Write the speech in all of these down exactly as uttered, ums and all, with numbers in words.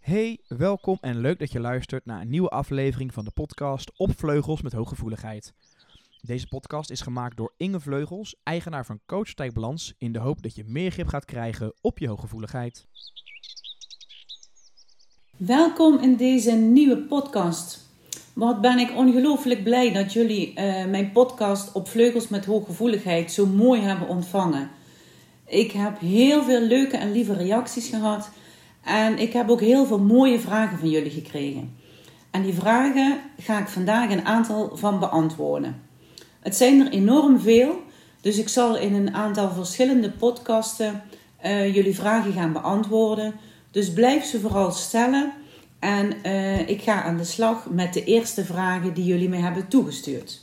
Hey, welkom en leuk dat je luistert naar een nieuwe aflevering van de podcast Op Vleugels met Hooggevoeligheid. Deze podcast is gemaakt door Inge Vleugels, eigenaar van Coach Balans, in de hoop dat je meer grip gaat krijgen op je hooggevoeligheid. Welkom in deze nieuwe podcast. Wat ben ik ongelooflijk blij dat jullie uh, mijn podcast Op Vleugels met Hooggevoeligheid zo mooi hebben ontvangen. Ik heb heel veel leuke en lieve reacties gehad. En ik heb ook heel veel mooie vragen van jullie gekregen. En die vragen ga ik vandaag een aantal van beantwoorden. Het zijn er enorm veel. Dus ik zal in een aantal verschillende podcasten uh, jullie vragen gaan beantwoorden. Dus blijf ze vooral stellen. En uh, ik ga aan de slag met de eerste vragen die jullie me hebben toegestuurd.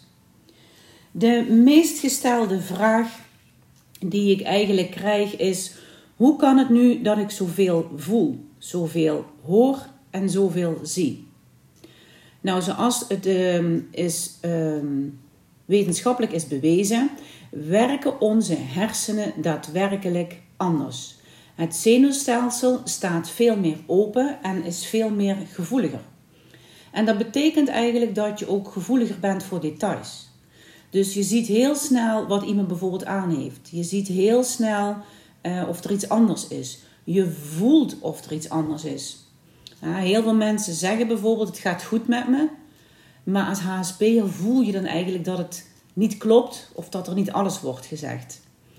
De meest gestelde vraag die ik eigenlijk krijg is: hoe kan het nu dat ik zoveel voel, zoveel hoor en zoveel zie? Nou, zoals het um, is, um, wetenschappelijk is bewezen, werken onze hersenen daadwerkelijk anders. Het zenuwstelsel staat veel meer open en is veel meer gevoeliger. En dat betekent eigenlijk dat je ook gevoeliger bent voor details. Dus je ziet heel snel wat iemand bijvoorbeeld aan heeft. Je ziet heel snel uh, of er iets anders is. Je voelt of er iets anders is. Ja, heel veel mensen zeggen bijvoorbeeld: het gaat goed met me. Maar als H S P'er voel je dan eigenlijk dat het niet klopt of dat er niet alles wordt gezegd.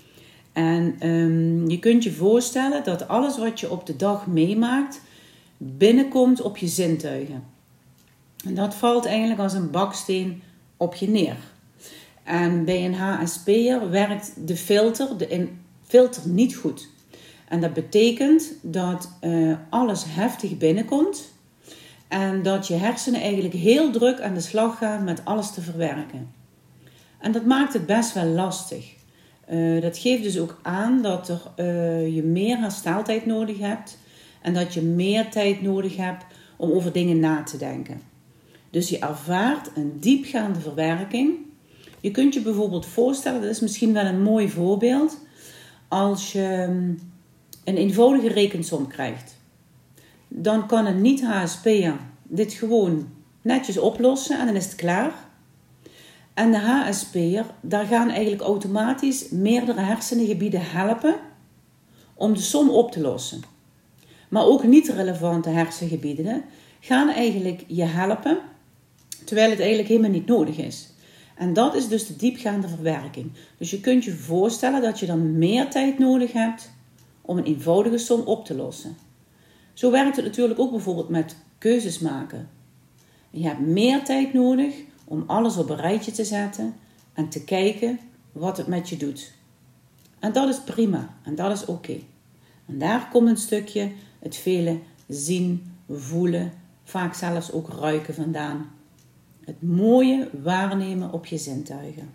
En um, je kunt je voorstellen dat alles wat je op de dag meemaakt binnenkomt op je zintuigen. En dat valt eigenlijk als een baksteen op je neer. En bij een H S P'er werkt de filter, de in, filter niet goed. En dat betekent dat uh, alles heftig binnenkomt en dat je hersenen eigenlijk heel druk aan de slag gaan met alles te verwerken. En dat maakt het best wel lastig. Uh, dat geeft dus ook aan dat er, uh, je meer hersteltijd nodig hebt en dat je meer tijd nodig hebt om over dingen na te denken. Dus je ervaart een diepgaande verwerking. Je kunt je bijvoorbeeld voorstellen, dat is misschien wel een mooi voorbeeld, als je een eenvoudige rekensom krijgt. Dan kan een niet-H S P'er dit gewoon netjes oplossen en dan is het klaar. En de H S P'er, daar gaan eigenlijk automatisch meerdere hersengebieden helpen om de som op te lossen. Maar ook niet-relevante hersengebieden gaan eigenlijk je helpen, terwijl het eigenlijk helemaal niet nodig is. En dat is dus de diepgaande verwerking. Dus je kunt je voorstellen dat je dan meer tijd nodig hebt om een eenvoudige som op te lossen. Zo werkt het natuurlijk ook bijvoorbeeld met keuzes maken. Je hebt meer tijd nodig om alles op een rijtje te zetten en te kijken wat het met je doet. En dat is prima en dat is oké. Okay. En daar komt een stukje het vele zien, voelen, vaak zelfs ook ruiken vandaan. Het mooie waarnemen op je zintuigen.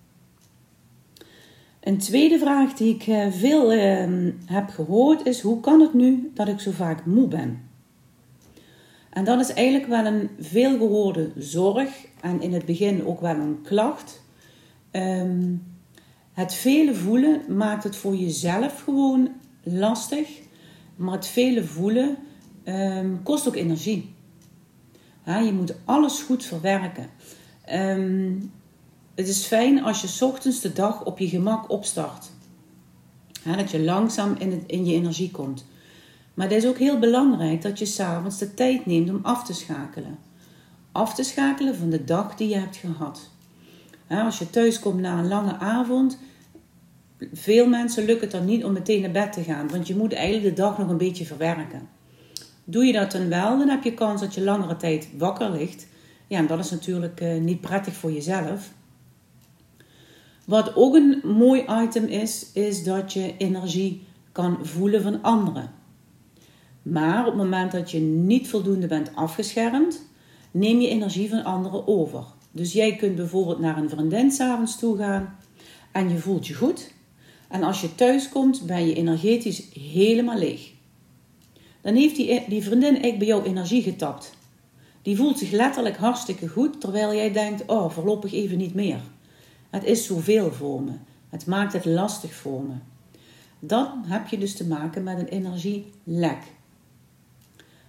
Een tweede vraag die ik veel uh, heb gehoord is: hoe kan het nu dat ik zo vaak moe ben? En dat is eigenlijk wel een veelgehoorde zorg en in het begin ook wel een klacht. Um, het vele voelen maakt het voor jezelf gewoon lastig, maar het vele voelen um, kost ook energie. Ja, je moet alles goed verwerken. Um, het is fijn als je 's ochtends de dag op je gemak opstart. Ja, dat je langzaam in, het, in je energie komt. Maar het is ook heel belangrijk dat je 's avonds de tijd neemt om af te schakelen. Af te schakelen van de dag die je hebt gehad. Ja, als je thuis komt na een lange avond, veel mensen lukt het dan niet om meteen naar bed te gaan. Want je moet eigenlijk de dag nog een beetje verwerken. Doe je dat dan wel, dan heb je kans dat je langere tijd wakker ligt. Ja, en dat is natuurlijk uh, niet prettig voor jezelf. Wat ook een mooi item is, is dat je energie kan voelen van anderen. Maar op het moment dat je niet voldoende bent afgeschermd, neem je energie van anderen over. Dus jij kunt bijvoorbeeld naar een vriendin 's avonds toe gaan en je voelt je goed. En als je thuis komt, ben je energetisch helemaal leeg. Dan heeft die, die vriendin eigenlijk bij jou energie getapt. Die voelt zich letterlijk hartstikke goed, terwijl jij denkt: oh, voorlopig even niet meer. Het is zoveel voor me. Het maakt het lastig voor me. Dan heb je dus te maken met een energielek.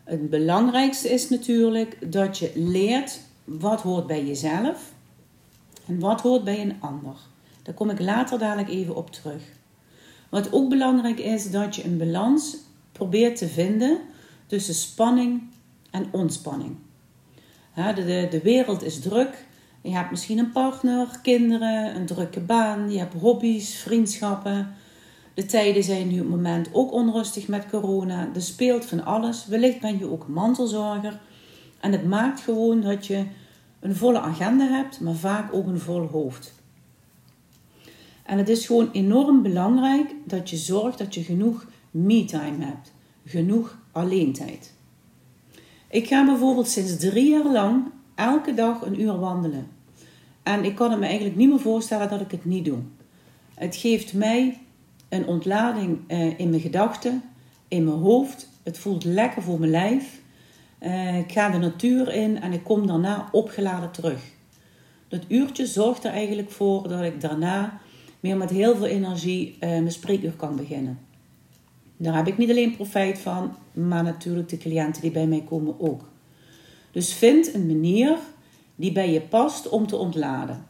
Het belangrijkste is natuurlijk dat je leert wat hoort bij jezelf en wat hoort bij een ander. Daar kom ik later dadelijk even op terug. Wat ook belangrijk is, dat je een balans probeert te vinden tussen spanning en ontspanning. De, de, de wereld is druk. Je hebt misschien een partner, kinderen, een drukke baan. Je hebt hobby's, vriendschappen. De tijden zijn nu op het moment ook onrustig met corona. Er speelt van alles. Wellicht ben je ook mantelzorger. En het maakt gewoon dat je een volle agenda hebt, maar vaak ook een vol hoofd. En het is gewoon enorm belangrijk dat je zorgt dat je genoeg me-time hebt. Genoeg alleentijd. Ik ga bijvoorbeeld sinds drie jaar lang elke dag een uur wandelen. En ik kan het me eigenlijk niet meer voorstellen dat ik het niet doe. Het geeft mij een ontlading uh, in mijn gedachten, in mijn hoofd. Het voelt lekker voor mijn lijf. Uh, ik ga de natuur in en ik kom daarna opgeladen terug. Dat uurtje zorgt er eigenlijk voor dat ik daarna weer met heel veel energie uh, mijn spreekuur kan beginnen. Daar heb ik niet alleen profijt van, maar natuurlijk de cliënten die bij mij komen ook. Dus vind een manier die bij je past om te ontladen.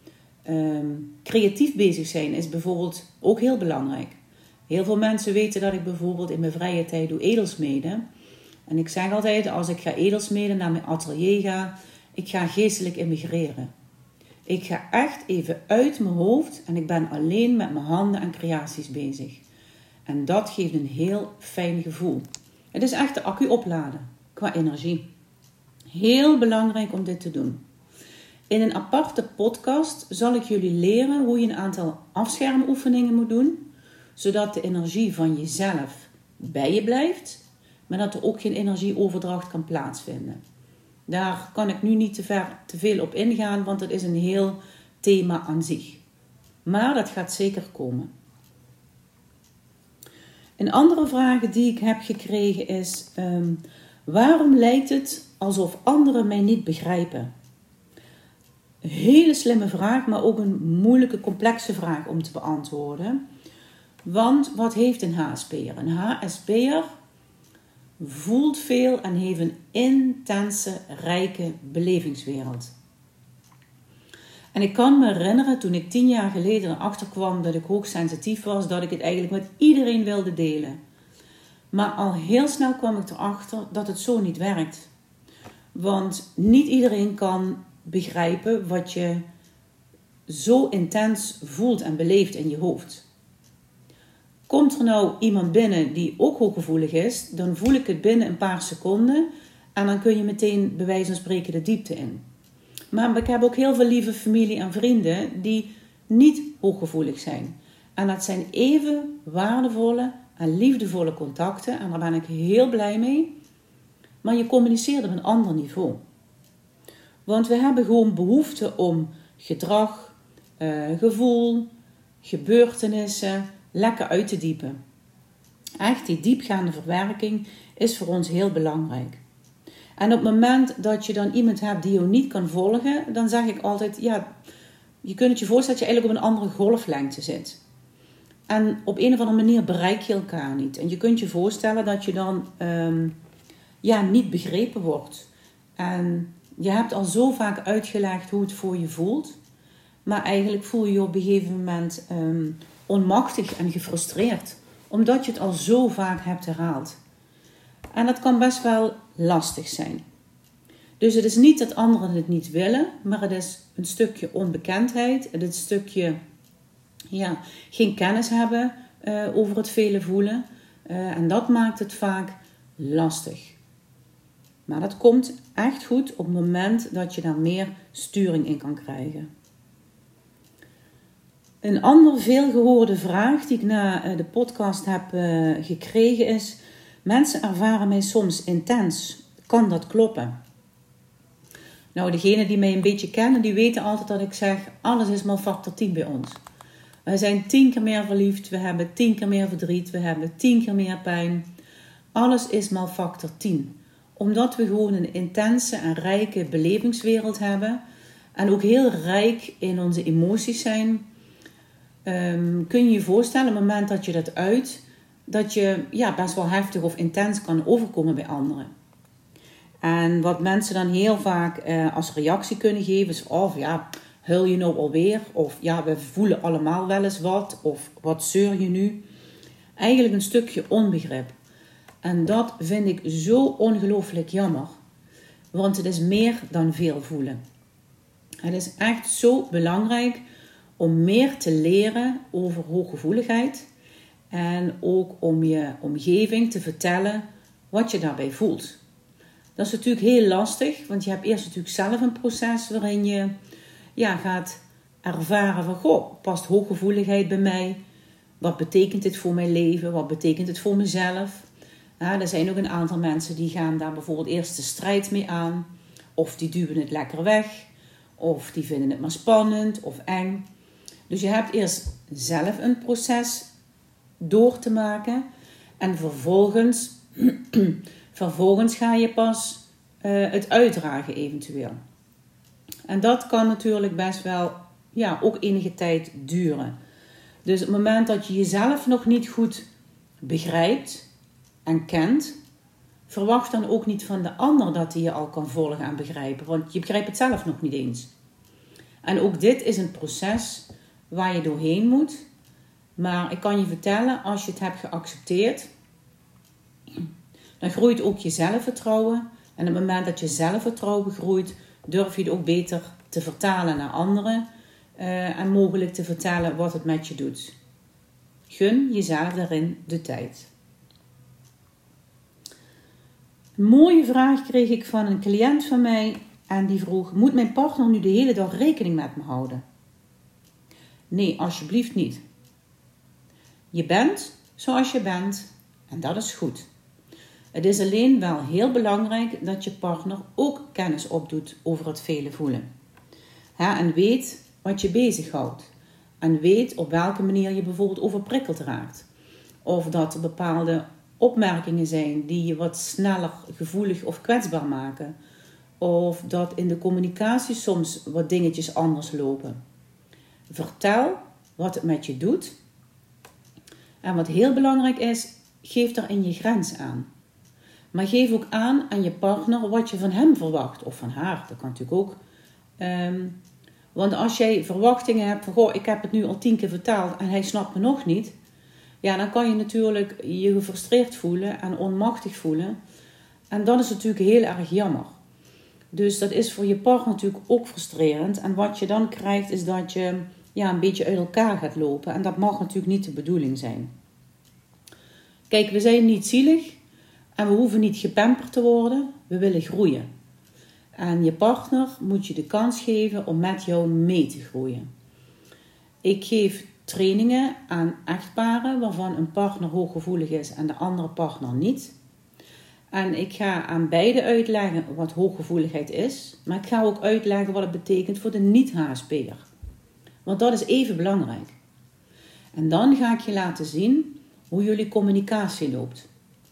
Um, creatief bezig zijn is bijvoorbeeld ook heel belangrijk. Heel veel mensen weten dat ik bijvoorbeeld in mijn vrije tijd doe edelsmeden. En ik zeg altijd, als ik ga edelsmeden naar mijn atelier ga, ik ga geestelijk immigreren. Ik ga echt even uit mijn hoofd en ik ben alleen met mijn handen en creaties bezig. En dat geeft een heel fijn gevoel. Het is echt de accu opladen qua energie. Heel belangrijk om dit te doen. In een aparte podcast zal ik jullie leren hoe je een aantal afschermoefeningen moet doen, zodat de energie van jezelf bij je blijft, maar dat er ook geen energieoverdracht kan plaatsvinden. Daar kan ik nu niet te, ver, te veel op ingaan, want het is een heel thema aan zich. Maar dat gaat zeker komen. Een andere vraag die ik heb gekregen is, um, waarom lijkt het alsof anderen mij niet begrijpen? Een hele slimme vraag, maar ook een moeilijke, complexe vraag om te beantwoorden. Want wat heeft een H S P'er? Een H S P'er voelt veel en heeft een intense, rijke belevingswereld. En ik kan me herinneren, toen ik tien jaar geleden erachter kwam dat ik hoogsensitief was, dat ik het eigenlijk met iedereen wilde delen. Maar al heel snel kwam ik erachter dat het zo niet werkt. Want niet iedereen kan begrijpen wat je zo intens voelt en beleeft in je hoofd. Komt er nou iemand binnen die ook hooggevoelig is, dan voel ik het binnen een paar seconden en dan kun je meteen bij wijze van spreken de diepte in. Maar ik heb ook heel veel lieve familie en vrienden die niet hooggevoelig zijn. En dat zijn even waardevolle en liefdevolle contacten en daar ben ik heel blij mee. Maar je communiceert op een ander niveau. Want we hebben gewoon behoefte om gedrag, uh, gevoel, gebeurtenissen lekker uit te diepen. Echt, die diepgaande verwerking is voor ons heel belangrijk. En op het moment dat je dan iemand hebt die je niet kan volgen, dan zeg ik altijd, ja, je kunt het je voorstellen dat je eigenlijk op een andere golflengte zit. En op een of andere manier bereik je elkaar niet. En je kunt je voorstellen dat je dan um, ja, niet begrepen wordt. En je hebt al zo vaak uitgelegd hoe het voor je voelt. Maar eigenlijk voel je je op een gegeven moment um, onmachtig en gefrustreerd. Omdat je het al zo vaak hebt herhaald. En dat kan best wel lastig zijn. Dus het is niet dat anderen het niet willen. Maar het is een stukje onbekendheid. Het is een stukje ja, geen kennis hebben uh, over het vele voelen. Uh, en dat maakt het vaak lastig. Maar dat komt echt goed op het moment dat je daar meer sturing in kan krijgen. Een andere veelgehoorde vraag die ik na de podcast heb uh, gekregen is: mensen ervaren mij soms intens. Kan dat kloppen? Nou, degenen die mij een beetje kennen, die weten altijd dat ik zeg: alles is maar factor tien bij ons. Wij zijn tien keer meer verliefd, we hebben tien keer meer verdriet, we hebben tien keer meer pijn. Alles is maar factor tien. Omdat we gewoon een intense en rijke belevingswereld hebben. En ook heel rijk in onze emoties zijn. Um, kun je je voorstellen, op het moment dat je dat uit, dat je ja, best wel heftig of intens kan overkomen bij anderen. En wat mensen dan heel vaak uh, als reactie kunnen geven is of ja, huil je nou alweer? Of ja, we voelen allemaal wel eens wat. Of wat zeur je nu? Eigenlijk een stukje onbegrip. En dat vind ik zo ongelooflijk jammer. Want het is meer dan veel voelen. Het is echt zo belangrijk om meer te leren over hooggevoeligheid. En ook om je omgeving te vertellen wat je daarbij voelt. Dat is natuurlijk heel lastig, want je hebt eerst natuurlijk zelf een proces waarin je ja, gaat ervaren van, goh, past hooggevoeligheid bij mij? Wat betekent dit voor mijn leven? Wat betekent het voor mezelf? Ja, er zijn ook een aantal mensen die gaan daar bijvoorbeeld eerst de strijd mee aan. Of die duwen het lekker weg. Of die vinden het maar spannend of eng. Dus je hebt eerst zelf een proces door te maken. En vervolgens, vervolgens ga je pas uh, het uitdragen eventueel. En dat kan natuurlijk best wel ja, ook enige tijd duren. Dus op het moment dat je jezelf nog niet goed begrijpt en kent, verwacht dan ook niet van de ander dat hij je al kan volgen en begrijpen. Want je begrijpt het zelf nog niet eens. En ook dit is een proces waar je doorheen moet. Maar ik kan je vertellen, als je het hebt geaccepteerd, dan groeit ook je zelfvertrouwen. En op het moment dat je zelfvertrouwen groeit, durf je het ook beter te vertalen naar anderen. Uh, en mogelijk te vertellen wat het met je doet. Gun jezelf daarin de tijd. Een mooie vraag kreeg ik van een cliënt van mij. En die vroeg, moet mijn partner nu de hele dag rekening met me houden? Nee, alsjeblieft niet. Je bent zoals je bent en dat is goed. Het is alleen wel heel belangrijk dat je partner ook kennis opdoet over het vele voelen. Ja, en weet wat je bezighoudt. En weet op welke manier je bijvoorbeeld overprikkeld raakt. Of dat er bepaalde opmerkingen zijn die je wat sneller gevoelig of kwetsbaar maken. Of dat in de communicatie soms wat dingetjes anders lopen. Vertel wat het met je doet. En wat heel belangrijk is, geef daarin je grens aan. Maar geef ook aan aan je partner wat je van hem verwacht. Of van haar, dat kan natuurlijk ook. Um, want als jij verwachtingen hebt van, goh, ik heb het nu al tien keer vertaald en hij snapt me nog niet. Ja, dan kan je natuurlijk je gefrustreerd voelen en onmachtig voelen. En dat is natuurlijk heel erg jammer. Dus dat is voor je partner natuurlijk ook frustrerend. En wat je dan krijgt is dat je ja, een beetje uit elkaar gaat lopen. En dat mag natuurlijk niet de bedoeling zijn. Kijk, we zijn niet zielig. En we hoeven niet gepamperd te worden. We willen groeien. En je partner moet je de kans geven om met jou mee te groeien. Ik geef trainingen aan echtparen waarvan een partner hooggevoelig is en de andere partner niet. En ik ga aan beide uitleggen wat hooggevoeligheid is. Maar ik ga ook uitleggen wat het betekent voor de niet-H S P'er. Want dat is even belangrijk. En dan ga ik je laten zien hoe jullie communicatie loopt.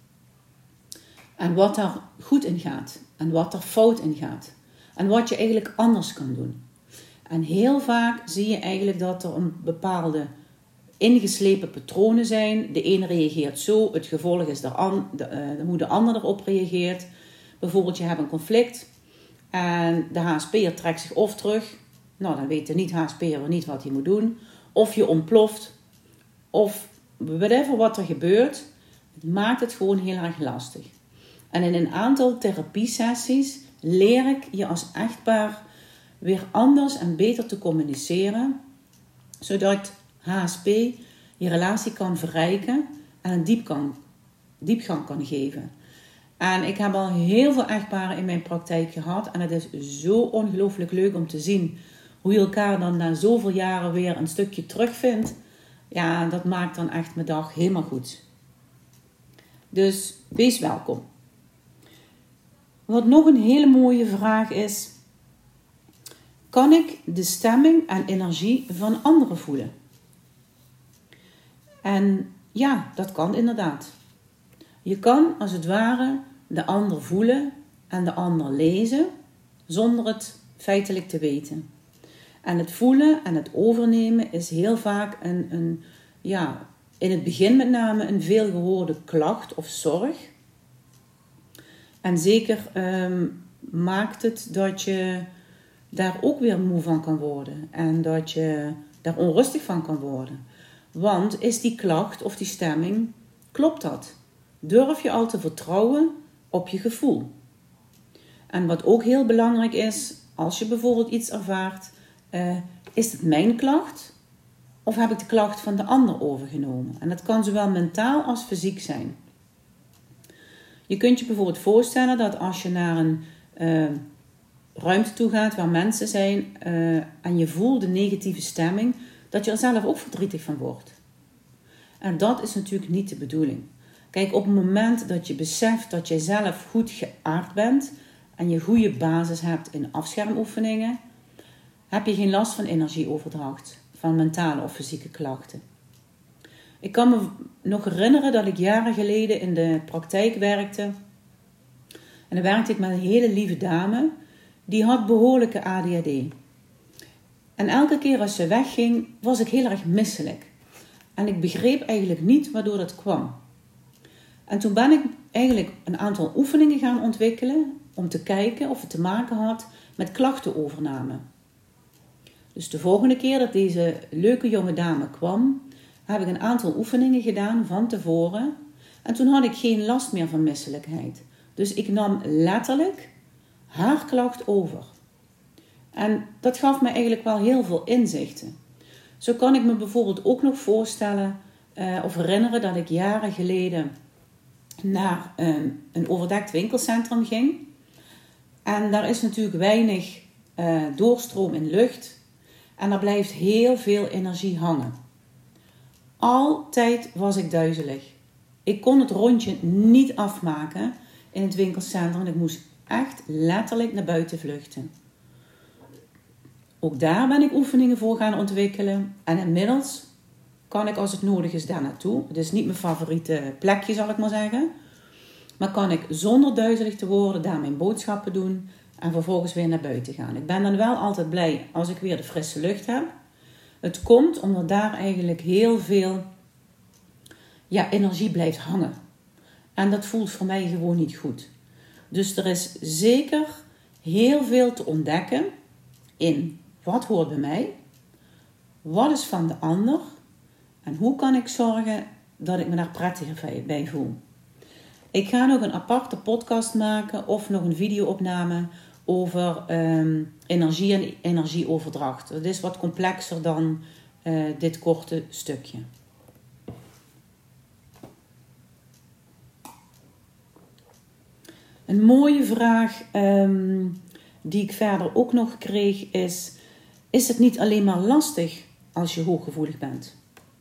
En wat daar goed in gaat. En wat er fout in gaat. En wat je eigenlijk anders kan doen. En heel vaak zie je eigenlijk dat er een bepaalde ingeslepen patronen zijn. De ene reageert zo, het gevolg is de an, de, uh, hoe de ander erop reageert. Bijvoorbeeld je hebt een conflict en de H S P'er trekt zich of terug. Nou, dan weet de niet-H S P'er niet wat hij moet doen. Of je ontploft. Of whatever wat er gebeurt. Het maakt het gewoon heel erg lastig. En in een aantal therapiesessies leer ik je als echtpaar weer anders en beter te communiceren. Zodat H S P je relatie kan verrijken en een diepgang, diepgang kan geven. En ik heb al heel veel echtparen in mijn praktijk gehad. En het is zo ongelooflijk leuk om te zien hoe je elkaar dan na zoveel jaren weer een stukje terugvindt. Ja, dat maakt dan echt mijn dag helemaal goed. Dus wees welkom. Wat nog een hele mooie vraag is: kan ik de stemming en energie van anderen voelen? En ja, dat kan inderdaad. Je kan als het ware de ander voelen en de ander lezen zonder het feitelijk te weten. En het voelen en het overnemen is heel vaak een, een ja, in het begin met name een veelgehoorde klacht of zorg. En zeker um, maakt het dat je daar ook weer moe van kan worden. En dat je daar onrustig van kan worden. Want is die klacht of die stemming, klopt dat? Durf je al te vertrouwen op je gevoel? En wat ook heel belangrijk is, als je bijvoorbeeld iets ervaart, uh, is het mijn klacht of heb ik de klacht van de ander overgenomen? En dat kan zowel mentaal als fysiek zijn. Je kunt je bijvoorbeeld voorstellen dat als je naar een uh, ruimte toe gaat waar mensen zijn uh, en je voelt de negatieve stemming, dat je er zelf ook verdrietig van wordt. En dat is natuurlijk niet de bedoeling. Kijk, op het moment dat je beseft dat jij zelf goed geaard bent en je goede basis hebt in afschermoefeningen, heb je geen last van energieoverdracht, van mentale of fysieke klachten. Ik kan me nog herinneren dat ik jaren geleden in de praktijk werkte. En dan werkte ik met een hele lieve dame, die had behoorlijke A D H D. En elke keer als ze wegging, was ik heel erg misselijk. En ik begreep eigenlijk niet waardoor dat kwam. En toen ben ik eigenlijk een aantal oefeningen gaan ontwikkelen om te kijken of het te maken had met klachtenovername. Dus de volgende keer dat deze leuke jonge dame kwam, heb ik een aantal oefeningen gedaan van tevoren. En toen had ik geen last meer van misselijkheid. Dus ik nam letterlijk haar klacht over. En dat gaf me eigenlijk wel heel veel inzichten. Zo kan ik me bijvoorbeeld ook nog voorstellen uh, of herinneren dat ik jaren geleden naar um, een overdekt winkelcentrum ging. En daar is natuurlijk weinig uh, doorstroom in lucht. En daar blijft heel veel energie hangen. Altijd was ik duizelig. Ik kon het rondje niet afmaken in het winkelcentrum. Ik moest echt letterlijk naar buiten vluchten. Ook daar ben ik oefeningen voor gaan ontwikkelen. En inmiddels kan ik als het nodig is daar naartoe. Het is niet mijn favoriete plekje, zal ik maar zeggen. Maar kan ik zonder duizelig te worden daar mijn boodschappen doen en vervolgens weer naar buiten gaan. Ik ben dan wel altijd blij als ik weer de frisse lucht heb. Het komt omdat daar eigenlijk heel veel ja, energie blijft hangen. En dat voelt voor mij gewoon niet goed. Dus er is zeker heel veel te ontdekken in wat hoort bij mij, wat is van de ander en hoe kan ik zorgen dat ik me daar prettiger bij voel. Ik ga nog een aparte podcast maken of nog een videoopname over um, energie en energieoverdracht. Dat is wat complexer dan uh, dit korte stukje. Een mooie vraag um, die ik verder ook nog kreeg is: is het niet alleen maar lastig als je hooggevoelig bent?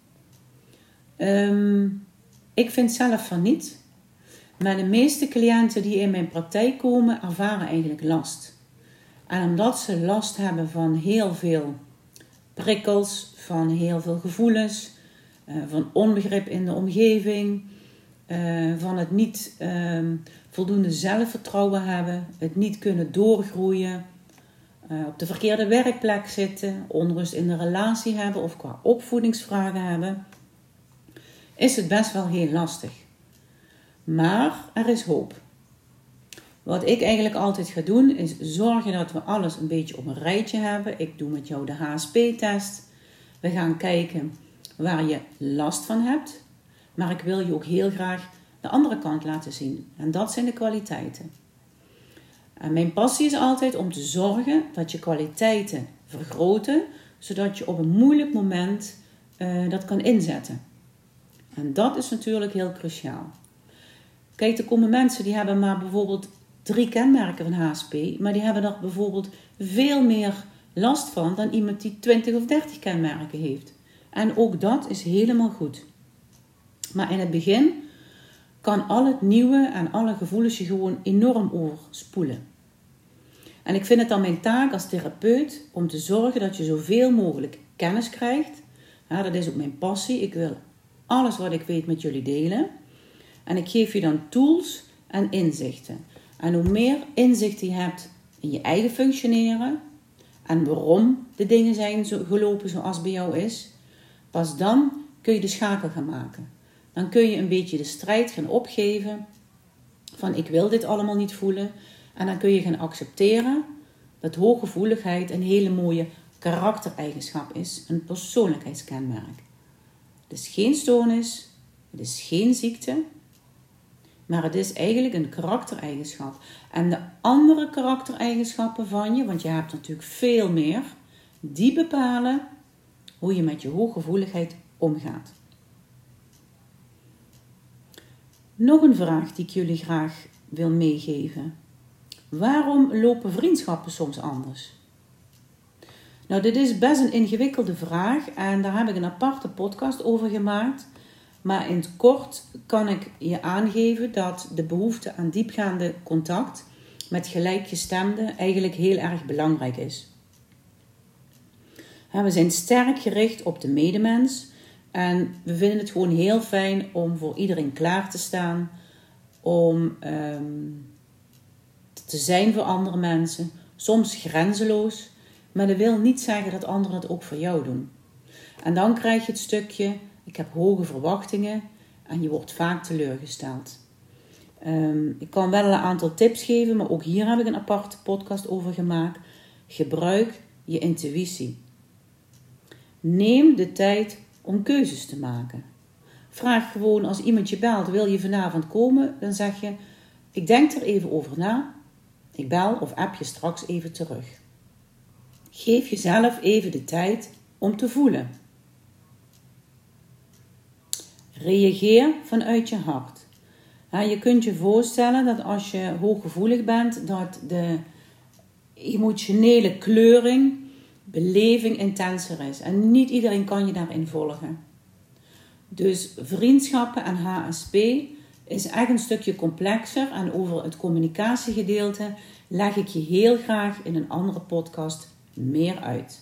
Um, ik vind zelf van niet. Maar de meeste cliënten die in mijn praktijk komen, ervaren eigenlijk last. En omdat ze last hebben van heel veel prikkels, van heel veel gevoelens, uh, van onbegrip in de omgeving, uh, van het niet uh, voldoende zelfvertrouwen hebben, het niet kunnen doorgroeien, uh, op de verkeerde werkplek zitten, onrust in de relatie hebben of qua opvoedingsvragen hebben, is het best wel heel lastig. Maar er is hoop. Wat ik eigenlijk altijd ga doen is zorgen dat we alles een beetje op een rijtje hebben. Ik doe met jou de H S P-test. We gaan kijken waar je last van hebt. Maar ik wil je ook heel graag de andere kant laten zien. En dat zijn de kwaliteiten. En mijn passie is altijd om te zorgen dat je kwaliteiten vergroten. Zodat je op een moeilijk moment uh, dat kan inzetten. En dat is natuurlijk heel cruciaal. Kijk, er komen mensen die hebben maar bijvoorbeeld drie kenmerken van H S P, maar die hebben er bijvoorbeeld veel meer last van dan iemand die twintig of dertig kenmerken heeft. En ook dat is helemaal goed. Maar in het begin kan al het nieuwe en alle gevoelens je gewoon enorm overspoelen. En ik vind het dan mijn taak als therapeut om te zorgen dat je zoveel mogelijk kennis krijgt. Ja, dat is ook mijn passie. Ik wil alles wat ik weet met jullie delen. En ik geef je dan tools en inzichten. En hoe meer inzicht je hebt in je eigen functioneren en waarom de dingen zijn zo gelopen zoals bij jou is, pas dan kun je de schakel gaan maken. Dan kun je een beetje de strijd gaan opgeven van ik wil dit allemaal niet voelen. En dan kun je gaan accepteren dat hooggevoeligheid een hele mooie karaktereigenschap is. Een persoonlijkheidskenmerk. Het is geen stoornis. Het is geen ziekte. Maar het is eigenlijk een karaktereigenschap. En de andere karaktereigenschappen van je, want je hebt natuurlijk veel meer, die bepalen hoe je met je hooggevoeligheid omgaat. Nog een vraag die ik jullie graag wil meegeven. Waarom lopen vriendschappen soms anders? Nou, dit is best een ingewikkelde vraag en daar heb ik een aparte podcast over gemaakt. Maar in het kort kan ik je aangeven dat de behoefte aan diepgaande contact met gelijkgestemden eigenlijk heel erg belangrijk is. We zijn sterk gericht op de medemens en we vinden het gewoon heel fijn om voor iedereen klaar te staan, om um, te zijn voor andere mensen, soms grenzeloos, maar dat wil niet zeggen dat anderen het ook voor jou doen. En dan krijg je het stukje, ik heb hoge verwachtingen en je wordt vaak teleurgesteld. Um, ik kan wel een aantal tips geven, maar ook hier heb ik een aparte podcast over gemaakt. Gebruik je intuïtie. Neem de tijd om keuzes te maken. Vraag gewoon als iemand je belt, wil je vanavond komen? Dan zeg je, ik denk er even over na. Ik bel of app je straks even terug. Geef jezelf even de tijd om te voelen. Reageer vanuit je hart. Je kunt je voorstellen dat als je hooggevoelig bent, dat de emotionele kleuring, beleving intenser is. En niet iedereen kan je daarin volgen. Dus vriendschappen en H S P is echt een stukje complexer. En over het communicatiegedeelte leg ik je heel graag in een andere podcast meer uit.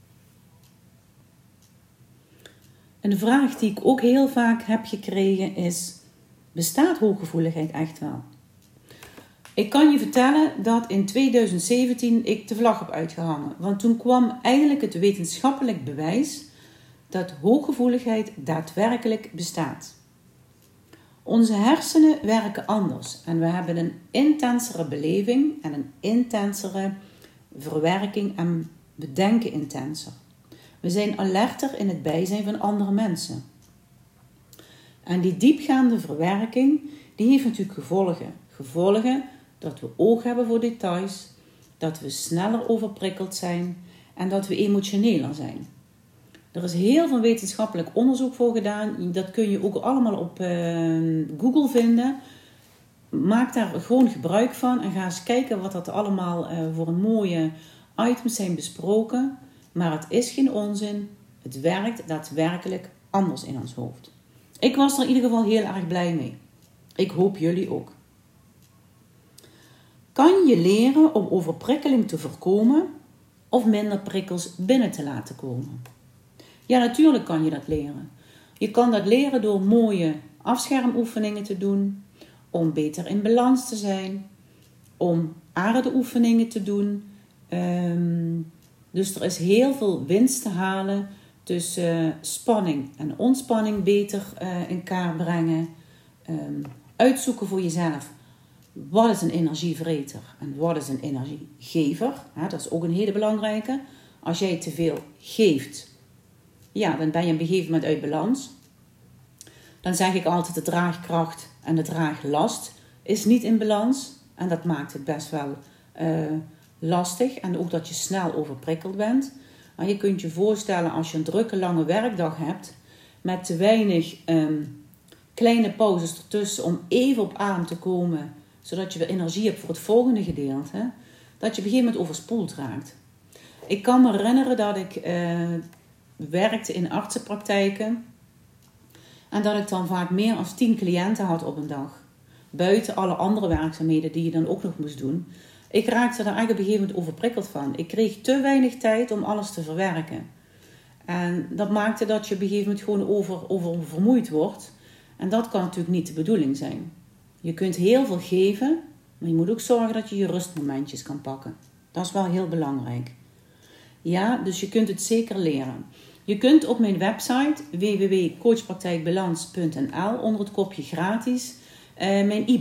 Een vraag die ik ook heel vaak heb gekregen is, bestaat hooggevoeligheid echt wel? Ik kan je vertellen dat in tweeduizend zeventien ik de vlag heb uitgehangen. Want toen kwam eigenlijk het wetenschappelijk bewijs dat hooggevoeligheid daadwerkelijk bestaat. Onze hersenen werken anders en we hebben een intensere beleving en een intensere verwerking en we denken intenser. We zijn alerter in het bijzijn van andere mensen. En die diepgaande verwerking, die heeft natuurlijk gevolgen. Gevolgen dat we oog hebben voor details, dat we sneller overprikkeld zijn en dat we emotioneler zijn. Er is heel veel wetenschappelijk onderzoek voor gedaan. Dat kun je ook allemaal op uh, Google vinden. Maak daar gewoon gebruik van en ga eens kijken wat dat allemaal uh, voor een mooie items zijn besproken. Maar het is geen onzin. Het werkt daadwerkelijk anders in ons hoofd. Ik was er in ieder geval heel erg blij mee. Ik hoop jullie ook. Kan je leren om overprikkeling te voorkomen of minder prikkels binnen te laten komen? Ja, natuurlijk kan je dat leren. Je kan dat leren door mooie afschermoefeningen te doen, om beter in balans te zijn, om aardeoefeningen te doen. Um, dus er is heel veel winst te halen tussen uh, spanning en ontspanning beter uh, in kaart brengen. Um, uitzoeken voor jezelf. Wat is een energievreter en wat is een energiegever? Ja, dat is ook een hele belangrijke. Als jij te veel geeft, ja, dan ben je op een gegeven moment uit balans. Dan zeg ik altijd, de draagkracht en de draaglast is niet in balans. En dat maakt het best wel uh, lastig. En ook dat je snel overprikkeld bent. Maar je kunt je voorstellen als je een drukke lange werkdag hebt, met te weinig um, kleine pauzes ertussen om even op adem te komen, zodat je weer energie hebt voor het volgende gedeelte, dat je op een gegeven moment overspoeld raakt. Ik kan me herinneren dat ik uh, werkte in artsenpraktijken en dat ik dan vaak meer dan tien cliënten had op een dag. Buiten alle andere werkzaamheden die je dan ook nog moest doen. Ik raakte daar eigenlijk op een gegeven moment overprikkeld van. Ik kreeg te weinig tijd om alles te verwerken. En dat maakte dat je op een gegeven moment gewoon over, over vermoeid wordt. En dat kan natuurlijk niet de bedoeling zijn. Je kunt heel veel geven, maar je moet ook zorgen dat je je rustmomentjes kan pakken. Dat is wel heel belangrijk. Ja, dus je kunt het zeker leren. Je kunt op mijn website w w w punt coachpraktijkbalans punt n l onder het kopje gratis uh, mijn e-book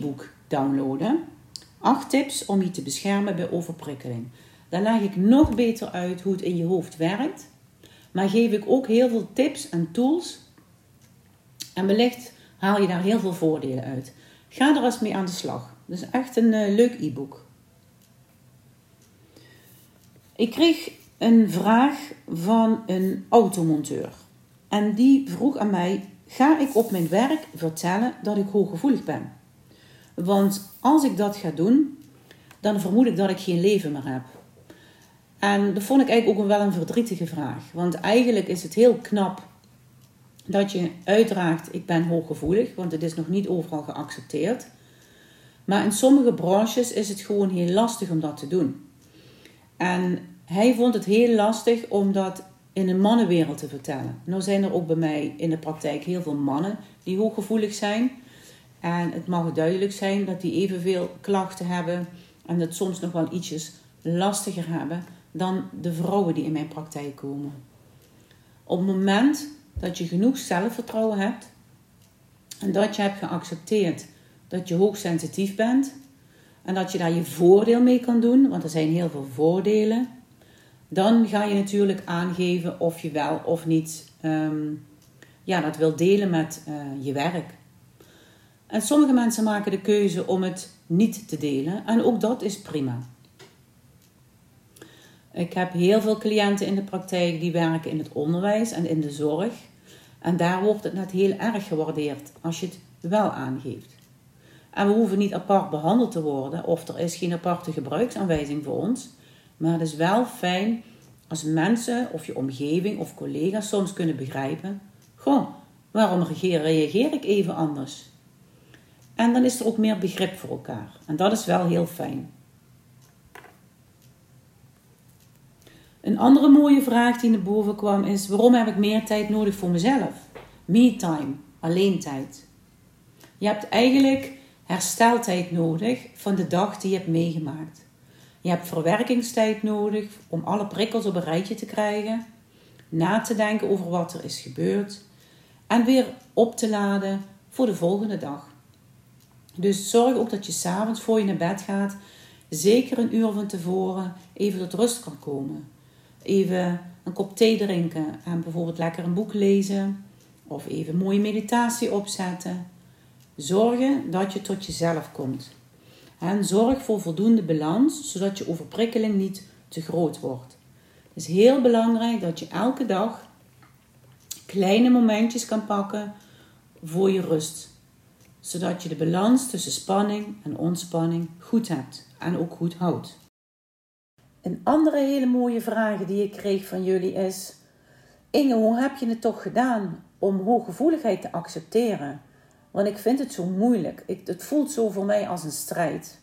downloaden. acht tips om je te beschermen bij overprikkeling. Daar leg ik nog beter uit hoe het in je hoofd werkt. Maar geef ik ook heel veel tips en tools. En wellicht haal je daar heel veel voordelen uit. Ga er eens mee aan de slag. Dat is echt een uh, leuk e-book. Ik kreeg een vraag van een automonteur. En die vroeg aan mij, ga ik op mijn werk vertellen dat ik hooggevoelig ben? Want als ik dat ga doen, dan vermoed ik dat ik geen leven meer heb. En dat vond ik eigenlijk ook wel een verdrietige vraag. Want eigenlijk is het heel knap dat je uitdraagt, ik ben hooggevoelig, want het is nog niet overal geaccepteerd. Maar in sommige branches is het gewoon heel lastig om dat te doen. En hij vond het heel lastig om dat in een mannenwereld te vertellen. Nou zijn er ook bij mij in de praktijk heel veel mannen die hooggevoelig zijn. En het mag duidelijk zijn dat die evenveel klachten hebben en dat soms nog wel ietsjes lastiger hebben dan de vrouwen die in mijn praktijk komen. Op het moment dat je genoeg zelfvertrouwen hebt en dat je hebt geaccepteerd dat je hoogsensitief bent en dat je daar je voordeel mee kan doen, want er zijn heel veel voordelen, dan ga je natuurlijk aangeven of je wel of niet um, ja, dat wil delen met uh, je werk. En sommige mensen maken de keuze om het niet te delen en ook dat is prima. Ik heb heel veel cliënten in de praktijk die werken in het onderwijs en in de zorg. En daar wordt het net heel erg gewaardeerd als je het wel aangeeft. En we hoeven niet apart behandeld te worden of er is geen aparte gebruiksaanwijzing voor ons. Maar het is wel fijn als mensen of je omgeving of collega's soms kunnen begrijpen. Goh, waarom reageer ik even anders? En dan is er ook meer begrip voor elkaar. En dat is wel heel fijn. Een andere mooie vraag die naar boven kwam is: waarom heb ik meer tijd nodig voor mezelf? Me-time, alleen tijd. Je hebt eigenlijk hersteltijd nodig van de dag die je hebt meegemaakt. Je hebt verwerkingstijd nodig om alle prikkels op een rijtje te krijgen, na te denken over wat er is gebeurd en weer op te laden voor de volgende dag. Dus zorg ook dat je 's avonds voor je naar bed gaat, zeker een uur van tevoren, even tot rust kan komen. Even een kop thee drinken en bijvoorbeeld lekker een boek lezen of even een mooie meditatie opzetten. Zorgen dat je tot jezelf komt. En zorg voor voldoende balans, zodat je overprikkeling niet te groot wordt. Het is heel belangrijk dat je elke dag kleine momentjes kan pakken voor je rust. Zodat je de balans tussen spanning en ontspanning goed hebt en ook goed houdt. Een andere hele mooie vraag die ik kreeg van jullie is: Inge, hoe heb je het toch gedaan om hooggevoeligheid te accepteren? Want ik vind het zo moeilijk. Ik, het voelt zo voor mij als een strijd.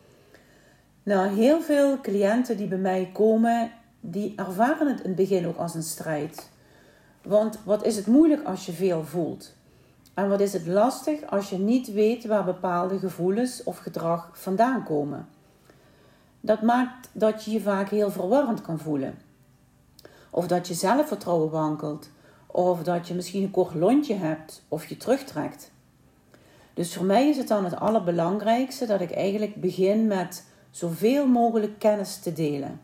Nou, heel veel cliënten die bij mij komen, die ervaren het in het begin ook als een strijd. Want wat is het moeilijk als je veel voelt? En wat is het lastig als je niet weet waar bepaalde gevoelens of gedrag vandaan komen? Dat maakt dat je je vaak heel verwarrend kan voelen. Of dat je zelfvertrouwen wankelt. Of dat je misschien een kort lontje hebt of je terugtrekt. Dus voor mij is het dan het allerbelangrijkste dat ik eigenlijk begin met zoveel mogelijk kennis te delen.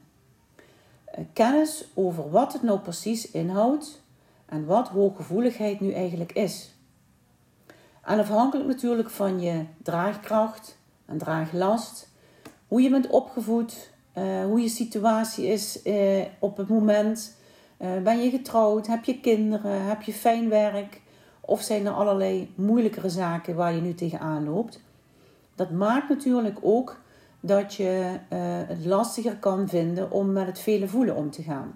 Kennis over wat het nou precies inhoudt en wat hooggevoeligheid nu eigenlijk is. En afhankelijk natuurlijk van je draagkracht en draaglast, hoe je bent opgevoed, uh, hoe je situatie is uh, op het moment. Uh, ben je getrouwd, heb je kinderen, heb je fijn werk of zijn er allerlei moeilijkere zaken waar je nu tegenaan loopt. Dat maakt natuurlijk ook dat je uh, het lastiger kan vinden om met het vele voelen om te gaan.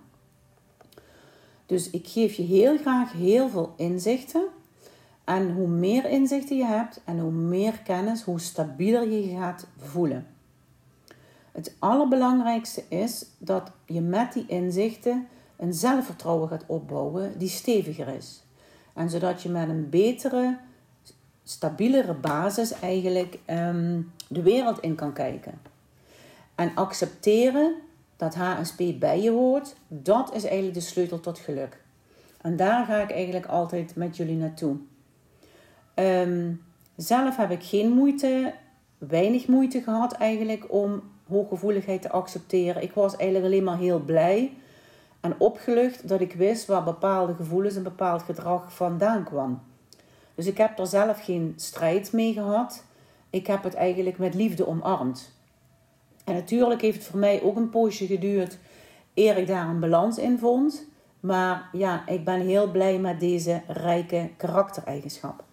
Dus ik geef je heel graag heel veel inzichten. En hoe meer inzichten je hebt en hoe meer kennis, hoe stabieler je je gaat voelen. Het allerbelangrijkste is dat je met die inzichten een zelfvertrouwen gaat opbouwen die steviger is. En zodat je met een betere, stabielere basis eigenlijk um, de wereld in kan kijken. En accepteren dat H S P bij je hoort, dat is eigenlijk de sleutel tot geluk. En daar ga ik eigenlijk altijd met jullie naartoe. Um, zelf heb ik geen moeite weinig moeite gehad eigenlijk om hooggevoeligheid te accepteren. Ik was eigenlijk alleen maar heel blij en opgelucht dat ik wist waar bepaalde gevoelens en bepaald gedrag vandaan kwam. Dus ik heb er zelf geen strijd mee gehad. Ik heb het eigenlijk met liefde omarmd. En natuurlijk heeft het voor mij ook een poosje geduurd eer ik daar een balans in vond. Maar ja, ik ben heel blij met deze rijke karaktereigenschap.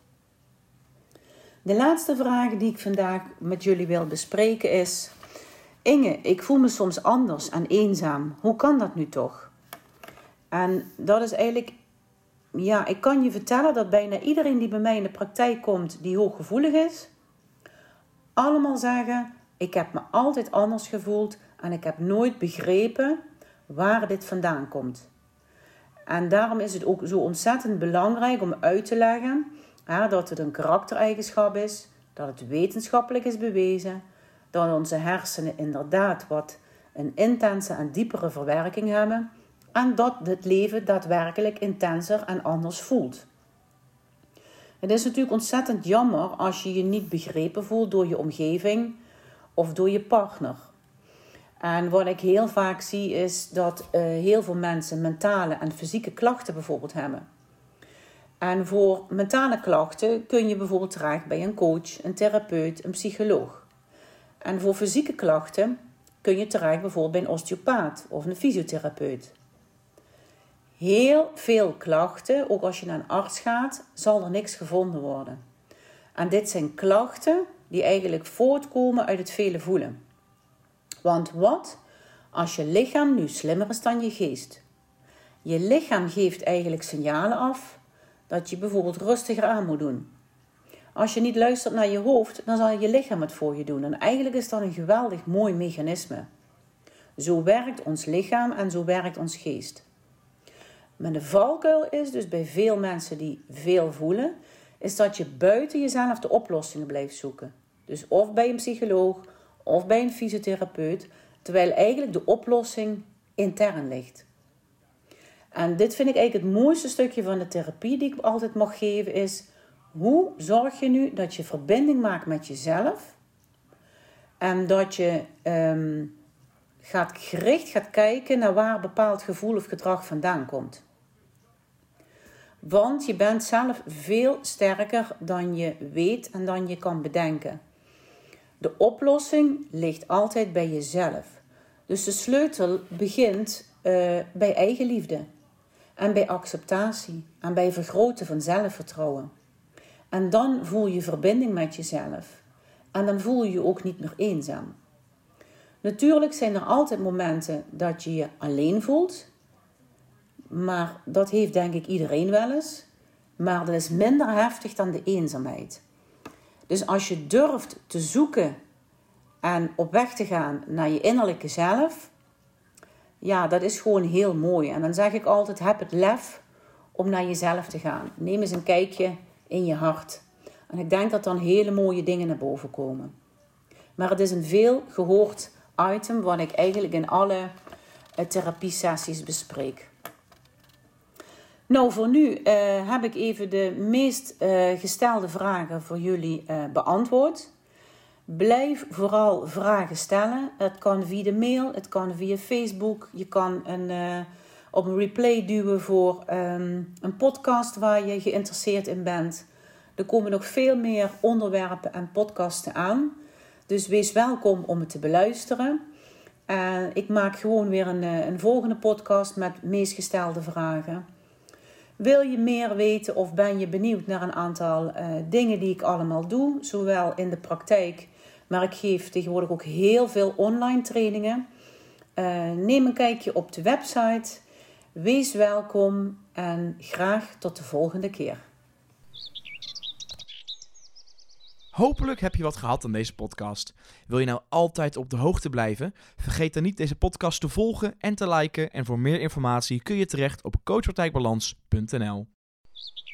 De laatste vraag die ik vandaag met jullie wil bespreken is: Inge, ik voel me soms anders en eenzaam. Hoe kan dat nu toch? En dat is eigenlijk, ja, ik kan je vertellen dat bijna iedereen die bij mij in de praktijk komt die hooggevoelig is, allemaal zeggen: ik heb me altijd anders gevoeld en ik heb nooit begrepen waar dit vandaan komt. En daarom is het ook zo ontzettend belangrijk om uit te leggen ja, dat het een karaktereigenschap is, dat het wetenschappelijk is bewezen, dat onze hersenen inderdaad wat een intense en diepere verwerking hebben en dat het leven daadwerkelijk intenser en anders voelt. Het is natuurlijk ontzettend jammer als je je niet begrepen voelt door je omgeving of door je partner. En wat ik heel vaak zie is dat uh, heel veel mensen mentale en fysieke klachten bijvoorbeeld hebben. En voor mentale klachten kun je bijvoorbeeld terecht bij een coach, een therapeut, een psycholoog. En voor fysieke klachten kun je terecht bijvoorbeeld bij een osteopaat of een fysiotherapeut. Heel veel klachten, ook als je naar een arts gaat, zal er niks gevonden worden. En dit zijn klachten die eigenlijk voortkomen uit het vele voelen. Want wat als je lichaam nu slimmer is dan je geest? Je lichaam geeft eigenlijk signalen af dat je bijvoorbeeld rustiger aan moet doen. Als je niet luistert naar je hoofd, dan zal je lichaam het voor je doen. En eigenlijk is dat een geweldig mooi mechanisme. Zo werkt ons lichaam en zo werkt ons geest. Maar de valkuil is dus bij veel mensen die veel voelen, is dat je buiten jezelf de oplossingen blijft zoeken. Dus of bij een psycholoog of bij een fysiotherapeut, terwijl eigenlijk de oplossing intern ligt. En dit vind ik eigenlijk het mooiste stukje van de therapie die ik altijd mag geven is: hoe zorg je nu dat je verbinding maakt met jezelf en dat je um, gaat gericht gaat kijken naar waar een bepaald gevoel of gedrag vandaan komt. Want je bent zelf veel sterker dan je weet en dan je kan bedenken. De oplossing ligt altijd bij jezelf. Dus de sleutel begint uh, bij eigenliefde. En bij acceptatie. En bij vergroten van zelfvertrouwen. En dan voel je verbinding met jezelf. En dan voel je je ook niet meer eenzaam. Natuurlijk zijn er altijd momenten dat je je alleen voelt. Maar dat heeft denk ik iedereen wel eens. Maar dat is minder heftig dan de eenzaamheid. Dus als je durft te zoeken en op weg te gaan naar je innerlijke zelf, ja, dat is gewoon heel mooi. En dan zeg ik altijd, heb het lef om naar jezelf te gaan. Neem eens een kijkje in je hart. En ik denk dat dan hele mooie dingen naar boven komen. Maar het is een veel gehoord item wat ik eigenlijk in alle uh, therapiesessies bespreek. Nou, voor nu uh, heb ik even de meest uh, gestelde vragen voor jullie uh, beantwoord. Blijf vooral vragen stellen. Het kan via de mail, het kan via Facebook. Je kan een, uh, op een replay duwen voor um, een podcast waar je geïnteresseerd in bent. Er komen nog veel meer onderwerpen en podcasten aan. Dus wees welkom om het te beluisteren. Uh, ik maak gewoon weer een, een volgende podcast met meest gestelde vragen. Wil je meer weten of ben je benieuwd naar een aantal uh, dingen die ik allemaal doe, zowel in de praktijk, maar ik geef tegenwoordig ook heel veel online trainingen. Uh, neem een kijkje op de website. Wees welkom en graag tot de volgende keer. Hopelijk heb je wat gehad aan deze podcast. Wil je nou altijd op de hoogte blijven? Vergeet dan niet deze podcast te volgen en te liken. En voor meer informatie kun je terecht op coach praktijk balans punt n l.